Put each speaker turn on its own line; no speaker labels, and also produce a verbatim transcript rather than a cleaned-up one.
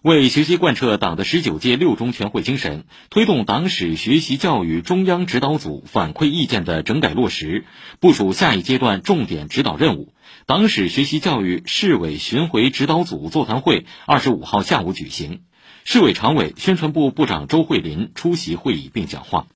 为学习贯彻党的十九届六中全会精神，推动党史学习教育中央指导组反馈意见的整改落实，部署下一阶段重点指导任务，党史学习教育市委巡回指导组座谈会二十五号下午举行。市委常委、宣传部部长周慧林出席会议并讲话。